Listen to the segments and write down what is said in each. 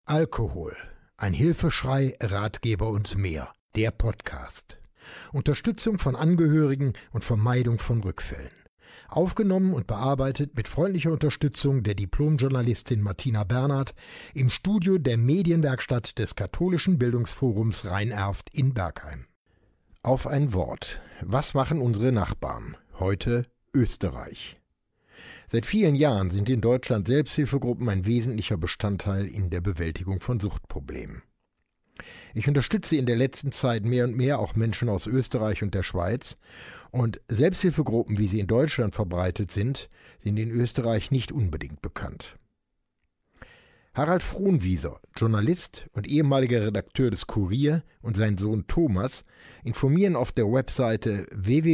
Alkohol. Ein Hilfeschrei, Ratgeber und mehr. Der Podcast. Unterstützung von Angehörigen und Vermeidung von Rückfällen. Aufgenommen und bearbeitet mit freundlicher Unterstützung der Diplomjournalistin Martina Bernhard im Studio der Medienwerkstatt des Katholischen Bildungsforums Rhein-Erft in Bergheim. Auf ein Wort. Was machen unsere Nachbarn? Heute Österreich. Seit vielen Jahren sind in Deutschland Selbsthilfegruppen ein wesentlicher Bestandteil in der Bewältigung von Suchtproblemen. Ich unterstütze in der letzten Zeit mehr und mehr auch Menschen aus Österreich und der Schweiz, und Selbsthilfegruppen, wie sie in Deutschland verbreitet sind in Österreich nicht unbedingt bekannt. Harald Frohnwieser, Journalist und ehemaliger Redakteur des Kurier, und sein Sohn Thomas informieren auf der Webseite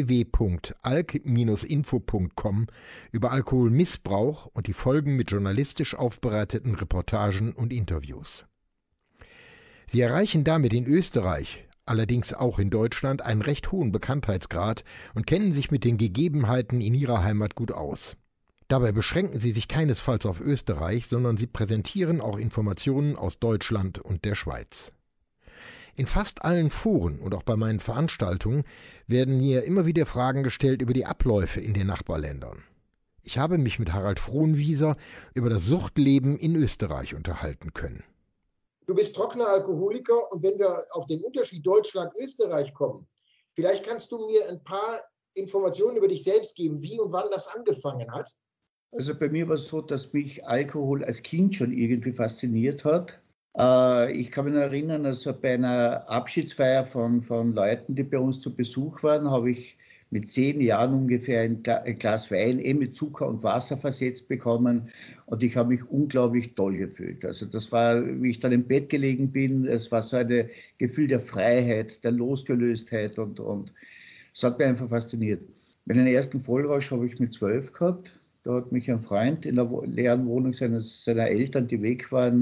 www.alk-info.com über Alkoholmissbrauch und die Folgen mit journalistisch aufbereiteten Reportagen und Interviews. Sie erreichen damit in Österreich, allerdings auch in Deutschland, einen recht hohen Bekanntheitsgrad und kennen sich mit den Gegebenheiten in ihrer Heimat gut aus. Dabei beschränken sie sich keinesfalls auf Österreich, sondern sie präsentieren auch Informationen aus Deutschland und der Schweiz. In fast allen Foren und auch bei meinen Veranstaltungen werden mir immer wieder Fragen gestellt über die Abläufe in den Nachbarländern. Ich habe mich mit Harald Frohnwieser über das Suchtleben in Österreich unterhalten können. Du bist trockener Alkoholiker, und wenn wir auf den Unterschied Deutschland-Österreich kommen, vielleicht kannst du mir ein paar Informationen über dich selbst geben, wie und wann das angefangen hat. Also bei mir war es so, dass mich Alkohol als Kind schon irgendwie fasziniert hat. Ich kann mich noch erinnern, also bei einer Abschiedsfeier von Leuten, die bei uns zu Besuch waren, habe ich mit 10 Jahren ungefähr ein Glas Wein mit Zucker und Wasser versetzt bekommen, und ich habe mich unglaublich toll gefühlt. Also das war, wie ich dann im Bett gelegen bin, es war so ein Gefühl der Freiheit, der Losgelöstheit, und es hat mich einfach fasziniert. Meinen ersten Vollrausch habe ich mit 12 gehabt. Da hat mich ein Freund in der leeren Wohnung seiner Eltern, die weg waren,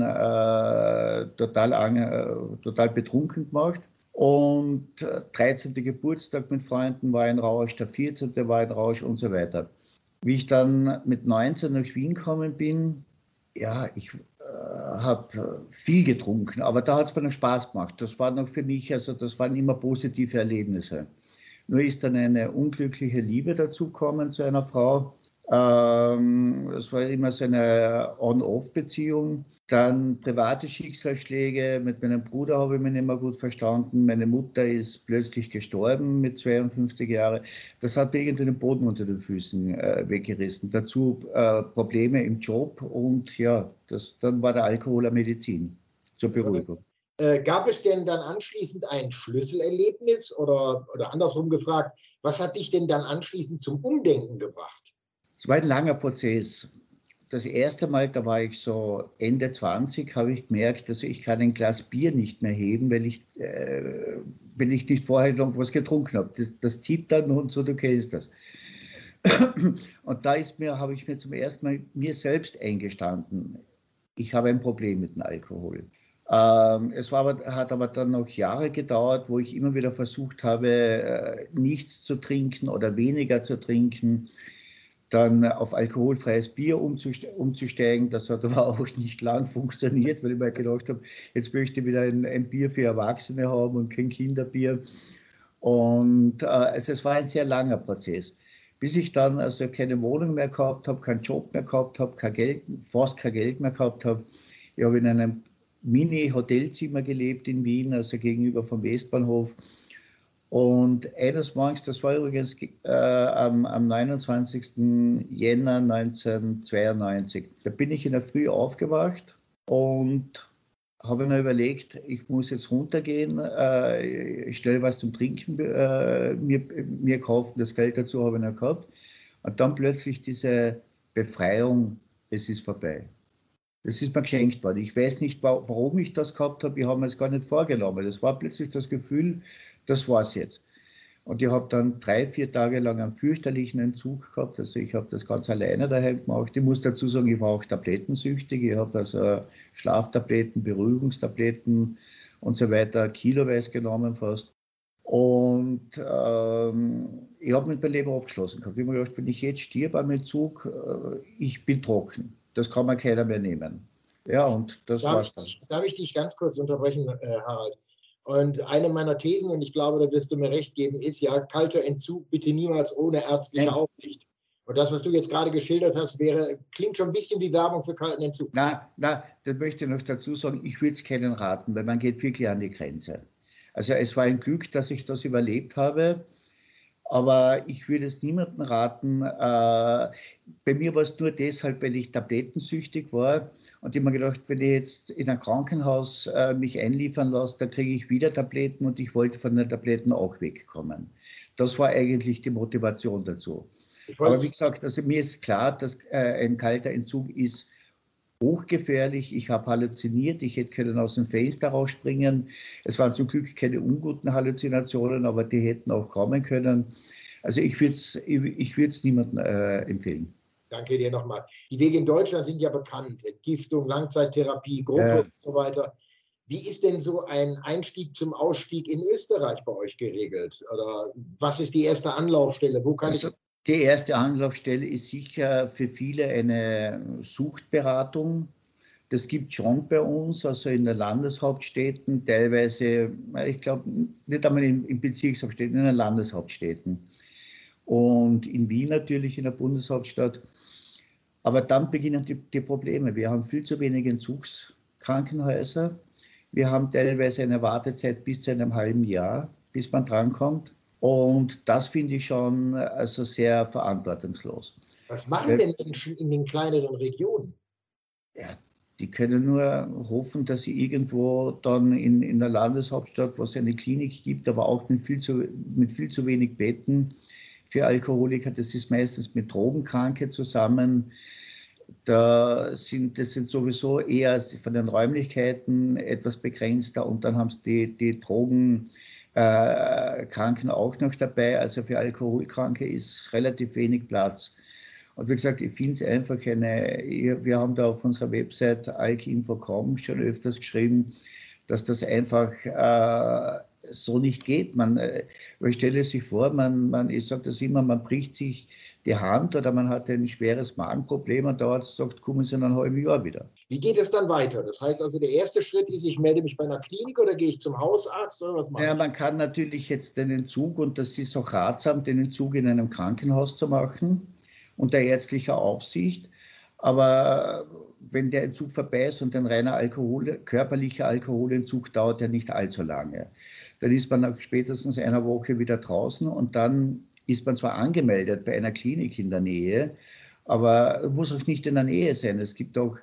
total betrunken gemacht. Und 13. Geburtstag mit Freunden war ein Rausch, der 14. war ein Rausch und so weiter. Wie ich dann mit 19 nach Wien gekommen bin, ja, ich habe viel getrunken, aber da hat es mir noch Spaß gemacht. Das war noch für mich, also das waren immer positive Erlebnisse. Nur ist dann eine unglückliche Liebe dazugekommen zu einer Frau. Es war immer so eine On-Off-Beziehung. Dann private Schicksalsschläge. Mit meinem Bruder habe ich mich nicht mehr gut verstanden. Meine Mutter ist plötzlich gestorben mit 52 Jahren. Das hat mir irgendwie den Boden unter den Füßen weggerissen. Dazu Probleme im Job, und ja, dann war der Alkohol eine Medizin zur Beruhigung. Gab es denn dann anschließend ein Schlüsselerlebnis oder andersrum gefragt, was hat dich denn dann anschließend zum Umdenken gebracht? Es war ein langer Prozess. Das erste Mal, da war ich so Ende 20, habe ich gemerkt, also ich kann ein Glas Bier nicht mehr heben, weil ich nicht vorher noch was getrunken habe. Das zieht dann und so, du kennst das. Und da habe ich mir zum ersten Mal mir selbst eingestanden, ich habe ein Problem mit dem Alkohol. Hat aber dann noch Jahre gedauert, wo ich immer wieder versucht habe, nichts zu trinken oder weniger zu trinken, dann auf alkoholfreies Bier umzusteigen. Das hat aber auch nicht lang funktioniert, weil ich mir gedacht habe, jetzt möchte ich wieder ein Bier für Erwachsene haben und kein Kinderbier. Und also es war ein sehr langer Prozess, bis ich dann also keine Wohnung mehr gehabt habe, keinen Job mehr gehabt habe, fast kein Geld mehr gehabt habe. Ich habe in einem Mini-Hotelzimmer gelebt in Wien, also gegenüber vom Westbahnhof. Und eines Morgens, das war übrigens am 29. Jänner 1992, da bin ich in der Früh aufgewacht und habe mir überlegt, ich muss jetzt runtergehen, schnell was zum Trinken mir kaufen, das Geld dazu habe ich noch gehabt. Und dann plötzlich diese Befreiung, es ist vorbei. Das ist mir geschenkt worden. Ich weiß nicht, warum ich das gehabt habe, ich habe mir das gar nicht vorgenommen. Das war plötzlich das Gefühl, das war's jetzt. Und ich habe dann 3-4 Tage lang einen fürchterlichen Entzug gehabt. Also ich habe das ganz alleine daheim gemacht. Ich muss dazu sagen, ich war auch tablettensüchtig. Ich habe also Schlaftabletten, Beruhigungstabletten und so weiter, kiloweise genommen fast. Und ich habe mit meinem Leben abgeschlossen gehabt. Ich habe mir gedacht, wenn ich jetzt stirb am Entzug, ich bin trocken. Das kann mir keiner mehr nehmen. Ja, und das war's dann. Darf ich dich ganz kurz unterbrechen, Harald? Und eine meiner Thesen, und ich glaube, da wirst du mir recht geben, ist ja, kalter Entzug bitte niemals ohne ärztliche Aufsicht. Und das, was du jetzt gerade geschildert hast, klingt schon ein bisschen wie Werbung für kalten Entzug. Na, das möchte ich noch dazu sagen, ich würde es keinen raten, weil man geht wirklich an die Grenze. Also es war ein Glück, dass ich das überlebt habe, aber ich würde es niemandem raten. Bei mir war es nur deshalb, weil ich tablettensüchtig war und ich habe mir gedacht, wenn ich jetzt in ein Krankenhaus mich einliefern lasse, dann kriege ich wieder Tabletten und ich wollte von den Tabletten auch wegkommen. Das war eigentlich die Motivation dazu. Aber wie gesagt, also mir ist klar, dass ein kalter Entzug ist hochgefährlich. Ich habe halluziniert, ich hätte können aus dem Fenster rausspringen. Es waren zum Glück keine unguten Halluzinationen, aber die hätten auch kommen können. Also ich würde es niemandem empfehlen. Danke dir nochmal. Die Wege in Deutschland sind ja bekannt. Entgiftung, Langzeittherapie, Gruppe und so weiter. Wie ist denn so ein Einstieg zum Ausstieg in Österreich bei euch geregelt? Oder was ist die erste Anlaufstelle? Wo kann ich... Die erste Anlaufstelle ist sicher für viele eine Suchtberatung. Das gibt es schon bei uns, also in den Landeshauptstädten, teilweise, ich glaube, nicht einmal in Bezirkshauptstädten, in den Landeshauptstädten. Und in Wien natürlich, in der Bundeshauptstadt. Aber dann beginnen die Probleme. Wir haben viel zu wenig Entzugskrankenhäuser. Wir haben teilweise eine Wartezeit bis zu einem halben Jahr, bis man drankommt. Und das finde ich schon also sehr verantwortungslos. Was machen denn Menschen in den kleineren Regionen? Ja, die können nur hoffen, dass sie irgendwo dann in der Landeshauptstadt, wo es eine Klinik gibt, aber auch mit viel zu wenig Betten für Alkoholiker, das ist meistens mit Drogenkranke zusammen. Das sind sowieso eher von den Räumlichkeiten etwas begrenzter und dann haben sie die Drogen Kranken auch noch dabei, also für Alkoholkranke ist relativ wenig Platz. Und wie gesagt, ich finde es einfach wir haben da auf unserer Website alkinfo.com schon öfters geschrieben, dass das einfach so nicht geht. Man stelle sich vor, ich sage das immer, man bricht sich die Hand oder man hat ein schweres Magenproblem und der Arzt sagt, kommen Sie in einem halben Jahr wieder. Wie geht es dann weiter? Das heißt also, der erste Schritt ist, ich melde mich bei einer Klinik oder gehe ich zum Hausarzt oder was mache ich? Ja, man kann natürlich jetzt den Entzug, und das ist auch ratsam, den Entzug in einem Krankenhaus zu machen, unter ärztlicher Aufsicht. Aber wenn der Entzug vorbei ist und ein reiner körperlicher Alkoholentzug dauert ja nicht allzu lange, dann ist man nach spätestens einer Woche wieder draußen und dann ist man zwar angemeldet bei einer Klinik in der Nähe, aber muss auch nicht in der Nähe sein. Es gibt auch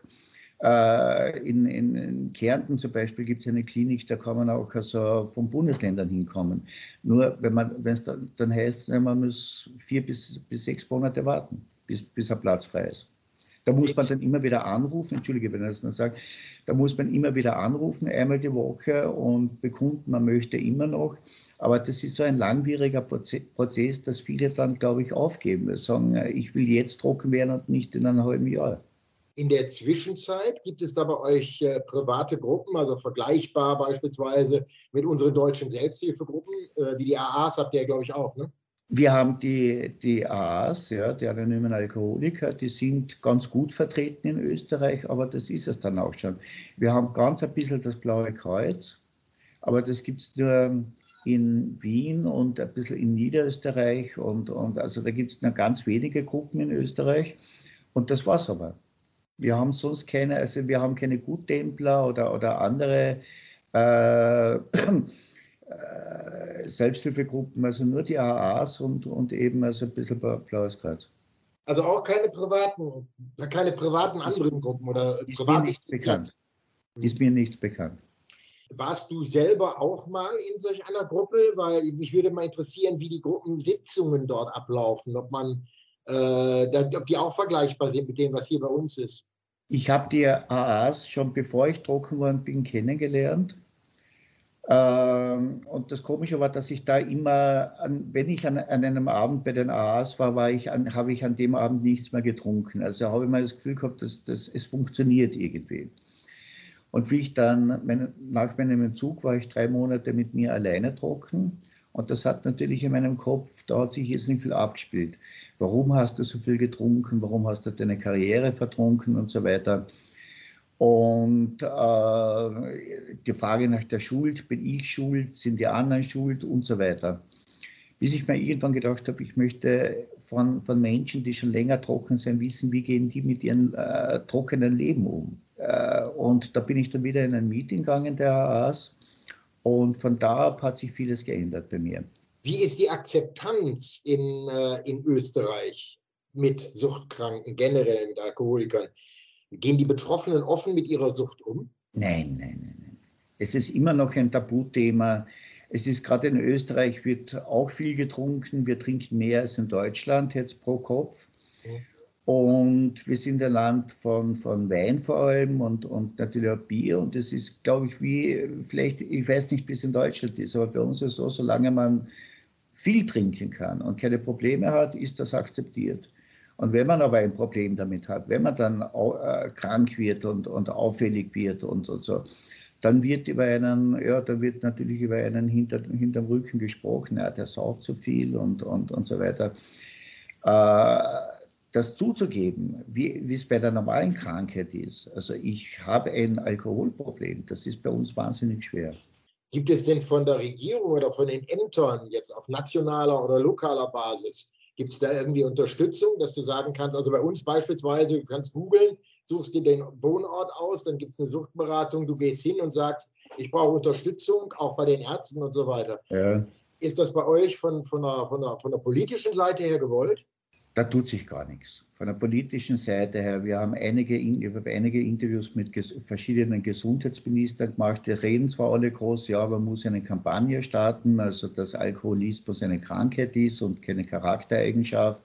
in Kärnten zum Beispiel gibt es eine Klinik, da kann man auch also von Bundesländern hinkommen. Nur wenn es dann heißt, man muss 4 bis 6 Monate warten, bis ein Platz frei ist. Da muss man dann immer wieder anrufen, entschuldige, wenn ich das noch sage, da muss man immer wieder anrufen, einmal die Woche und bekunden, man möchte immer noch. Aber das ist so ein langwieriger Prozess, dass viele dann, glaube ich, aufgeben. Wir sagen, ich will jetzt trocken werden und nicht in einem halben Jahr. In der Zwischenzeit gibt es da bei euch private Gruppen, also vergleichbar beispielsweise mit unseren deutschen Selbsthilfegruppen, wie die AAs habt ihr ja, glaube ich, auch, ne? Wir haben die AAs, ja, die anonymen Alkoholiker, die sind ganz gut vertreten in Österreich, aber das ist es dann auch schon. Wir haben ganz ein bisschen das Blaue Kreuz, aber das gibt es nur in Wien und ein bisschen in Niederösterreich und also da gibt es nur ganz wenige Gruppen in Österreich und das war's aber. Wir haben sonst keine, also wir haben keine Guttempler oder andere Selbsthilfegruppen, also nur die AAs und eben also ein bisschen Blaues Kreuz. Also auch keine privaten anderen Gruppen oder ist mir nichts bekannt. Ist mir nichts bekannt. Warst du selber auch mal in solch einer Gruppe? Weil mich würde mal interessieren, wie die Gruppensitzungen dort ablaufen, ob die auch vergleichbar sind mit dem, was hier bei uns ist. Ich habe die AAs schon bevor ich trocken worden bin kennengelernt. Und das Komische war, dass ich da immer, wenn ich an einem Abend bei den AAs war, habe ich an dem Abend nichts mehr getrunken. Also habe ich mal das Gefühl gehabt, dass es funktioniert irgendwie. Und wie ich dann, nach meinem Entzug war ich 3 Monate mit mir alleine trocken. Und das hat natürlich in meinem Kopf, da hat sich jetzt nicht viel abgespielt. Warum hast du so viel getrunken? Warum hast du deine Karriere vertrunken und so weiter? Und die Frage nach der Schuld, bin ich schuld, sind die anderen schuld und so weiter. Bis ich mir irgendwann gedacht habe, ich möchte von Menschen, die schon länger trocken sind, wissen, wie gehen die mit ihrem trockenen Leben um. Und da bin ich dann wieder in ein Meeting gegangen, der HAs, und von da ab hat sich vieles geändert bei mir. Wie ist die Akzeptanz in Österreich mit Suchtkranken, generell mit Alkoholikern? Gehen die Betroffenen offen mit ihrer Sucht um? Nein. Es ist immer noch ein Tabuthema. Es ist gerade in Österreich wird auch viel getrunken. Wir trinken mehr als in Deutschland jetzt pro Kopf. Und wir sind ein Land von Wein vor allem und natürlich auch Bier. Und das ist, glaube ich, wie vielleicht, ich weiß nicht, wie es in Deutschland ist, aber bei uns ist es so, solange man viel trinken kann und keine Probleme hat, ist das akzeptiert. Und wenn man aber ein Problem damit hat, wenn man dann krank wird und auffällig wird und so, dann wird natürlich über einen hinterm Rücken gesprochen, ja, der sauft zu viel und so weiter. Das zuzugeben, wie es bei der normalen Krankheit ist, also ich habe ein Alkoholproblem, das ist bei uns wahnsinnig schwer. Gibt es denn von der Regierung oder von den Ämtern jetzt auf nationaler oder lokaler Basis, gibt es da irgendwie Unterstützung, dass du sagen kannst, also bei uns beispielsweise, du kannst googeln, suchst dir den Wohnort aus, dann gibt es eine Suchtberatung, du gehst hin und sagst, ich brauche Unterstützung, auch bei den Ärzten und so weiter. Ja. Ist das bei euch von der politischen Seite her gewollt? Da tut sich gar nichts. Von der politischen Seite her, ich habe einige Interviews mit verschiedenen Gesundheitsministern gemacht, die reden zwar alle groß, ja, man muss eine Kampagne starten, also dass Alkoholismus eine Krankheit ist und keine Charaktereigenschaft,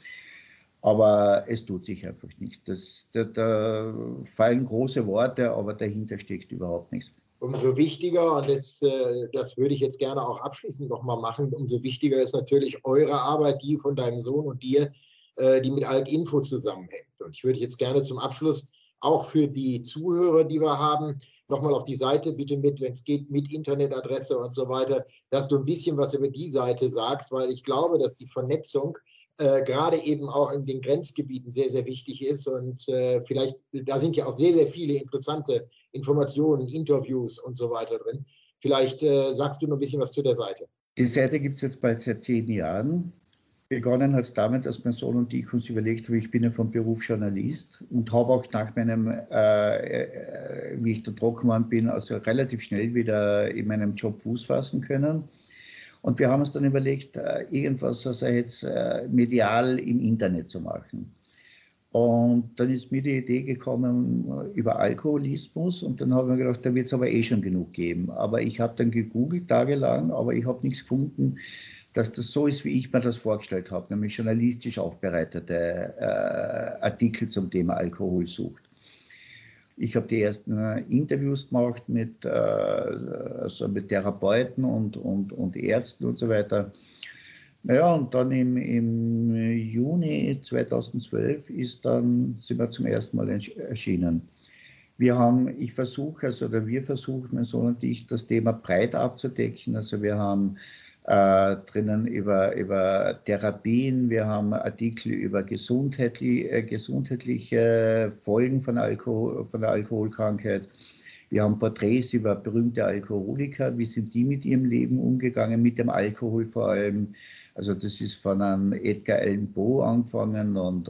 aber es tut sich einfach nichts. Da fallen große Worte, aber dahinter steckt überhaupt nichts. Umso wichtiger, und das würde ich jetzt gerne auch abschließend nochmal machen, umso wichtiger ist natürlich eure Arbeit, die von deinem Sohn und dir, die mit AlkInfo zusammenhängt. Und ich würde jetzt gerne zum Abschluss auch für die Zuhörer, die wir haben, nochmal auf die Seite bitte mit, wenn es geht, mit Internetadresse und so weiter, dass du ein bisschen was über die Seite sagst, weil ich glaube, dass die Vernetzung gerade eben auch in den Grenzgebieten sehr, sehr wichtig ist. Und vielleicht, da sind ja auch sehr, sehr viele interessante Informationen, Interviews und so weiter drin. Vielleicht sagst du noch ein bisschen was zu der Seite. Die Seite gibt es jetzt bald seit 10 Jahren. Begonnen hat es damit, dass mein Sohn und ich uns überlegt haben, ich bin ja vom Beruf Journalist und habe auch nach meinem, wie ich da trocken geworden bin, also relativ schnell wieder in meinem Job Fuß fassen können. Und wir haben uns dann überlegt, irgendwas also jetzt medial im Internet zu machen. Und dann ist mir die Idee gekommen über Alkoholismus und dann haben wir gedacht, da wird es aber eh schon genug geben. Aber ich habe dann gegoogelt tagelang, aber ich habe nichts gefunden, dass das so ist, wie ich mir das vorgestellt habe, nämlich journalistisch aufbereitete Artikel zum Thema Alkoholsucht. Ich habe die ersten Interviews gemacht mit Therapeuten und Ärzten und so weiter. Naja, und dann im Juni 2012 sind wir zum ersten Mal erschienen. Wir versuchen, mein Sohn und ich, das Thema breit abzudecken. Also wir haben drinnen über Therapien, wir haben Artikel über gesundheitliche Folgen von der Alkoholkrankheit. Wir haben Porträts über berühmte Alkoholiker, wie sind die mit ihrem Leben umgegangen, mit dem Alkohol vor allem. Also das ist von einem Edgar Allan Poe angefangen und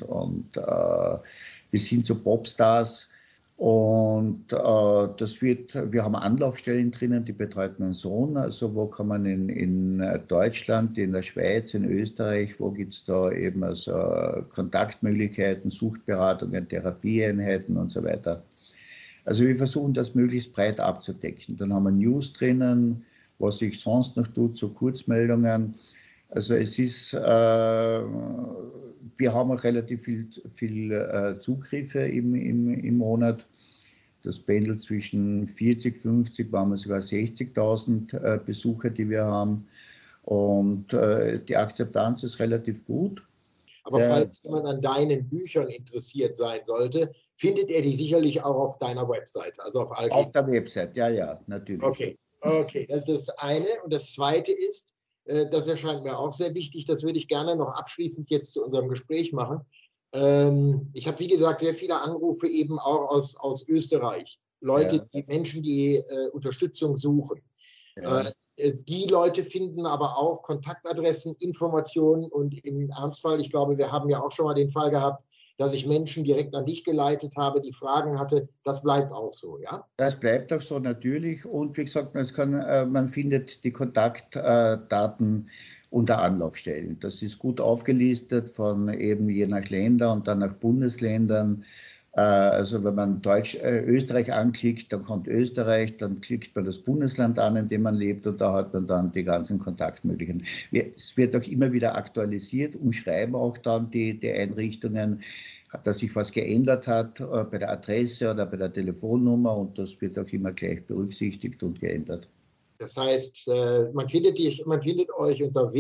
bis hin zu Popstars. Und wir haben Anlaufstellen drinnen, die betreut mein Sohn. Also wo kann man in Deutschland, in der Schweiz, in Österreich, wo gibt es da eben also Kontaktmöglichkeiten, Suchtberatungen, Therapieeinheiten und so weiter. Also wir versuchen das möglichst breit abzudecken. Dann haben wir News drinnen, was sich sonst noch tut, so Kurzmeldungen. Also es ist, wir haben auch relativ viel Zugriffe im Monat. Das pendelt zwischen 40, 50, waren wir sogar 60.000 Besucher, die wir haben. Und die Akzeptanz ist relativ gut. Aber falls jemand an deinen Büchern interessiert sein sollte, findet er die sicherlich auch auf deiner Website, also auf AlkInfo. Auf der Website, ja, natürlich. Okay, das ist das eine. Und das zweite ist, das erscheint mir auch sehr wichtig, das würde ich gerne noch abschließend jetzt zu unserem Gespräch machen. Ich habe, wie gesagt, sehr viele Anrufe eben auch aus Österreich. Leute, die Menschen, die Unterstützung suchen. Ja. Die Leute finden aber auch Kontaktadressen, Informationen und im Ernstfall, ich glaube, wir haben ja auch schon mal den Fall gehabt, dass ich Menschen direkt an dich geleitet habe, die Fragen hatte. Das bleibt auch so, ja? Das bleibt auch so, natürlich. Und wie gesagt, man findet die Kontaktdaten unter Anlaufstellen. Das ist gut aufgelistet von eben je nach Länder und dann nach Bundesländern. Also wenn man Österreich anklickt, dann kommt Österreich, dann klickt man das Bundesland an, in dem man lebt, und da hat man dann die ganzen Kontaktmöglichkeiten. Es wird auch immer wieder aktualisiert und schreiben auch dann die Einrichtungen, dass sich was geändert hat bei der Adresse oder bei der Telefonnummer, und das wird auch immer gleich berücksichtigt und geändert. Das heißt, man findet euch unter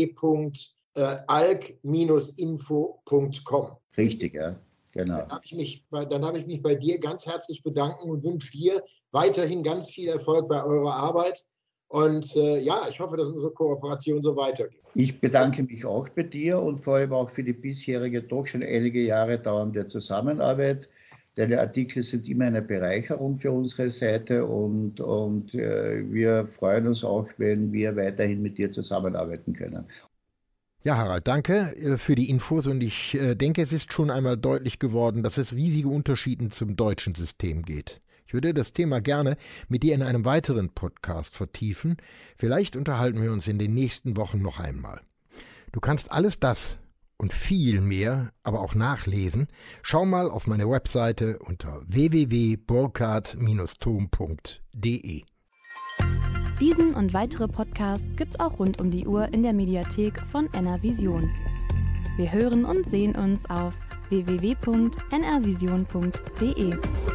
www.alk-info.com. Richtig, ja. Genau. Dann darf ich mich bei dir ganz herzlich bedanken und wünsche dir weiterhin ganz viel Erfolg bei eurer Arbeit. Und ich hoffe, dass unsere Kooperation so weitergeht. Ich bedanke mich auch bei dir und vor allem auch für die bisherige, doch schon einige Jahre dauernde Zusammenarbeit. Deine Artikel sind immer eine Bereicherung für unsere Seite, und wir freuen uns auch, wenn wir weiterhin mit dir zusammenarbeiten können. Ja, Harald, danke für die Infos, und ich denke, es ist schon einmal deutlich geworden, dass es riesige Unterschiede zum deutschen System geht. Ich würde das Thema gerne mit dir in einem weiteren Podcast vertiefen. Vielleicht unterhalten wir uns in den nächsten Wochen noch einmal. Du kannst alles das und viel mehr aber auch nachlesen. Schau mal auf meine Webseite unter www.burkhard-thom.de. Diesen und weitere Podcasts gibt's auch rund um die Uhr in der Mediathek von NRVision. Wir hören und sehen uns auf www.nrvision.de.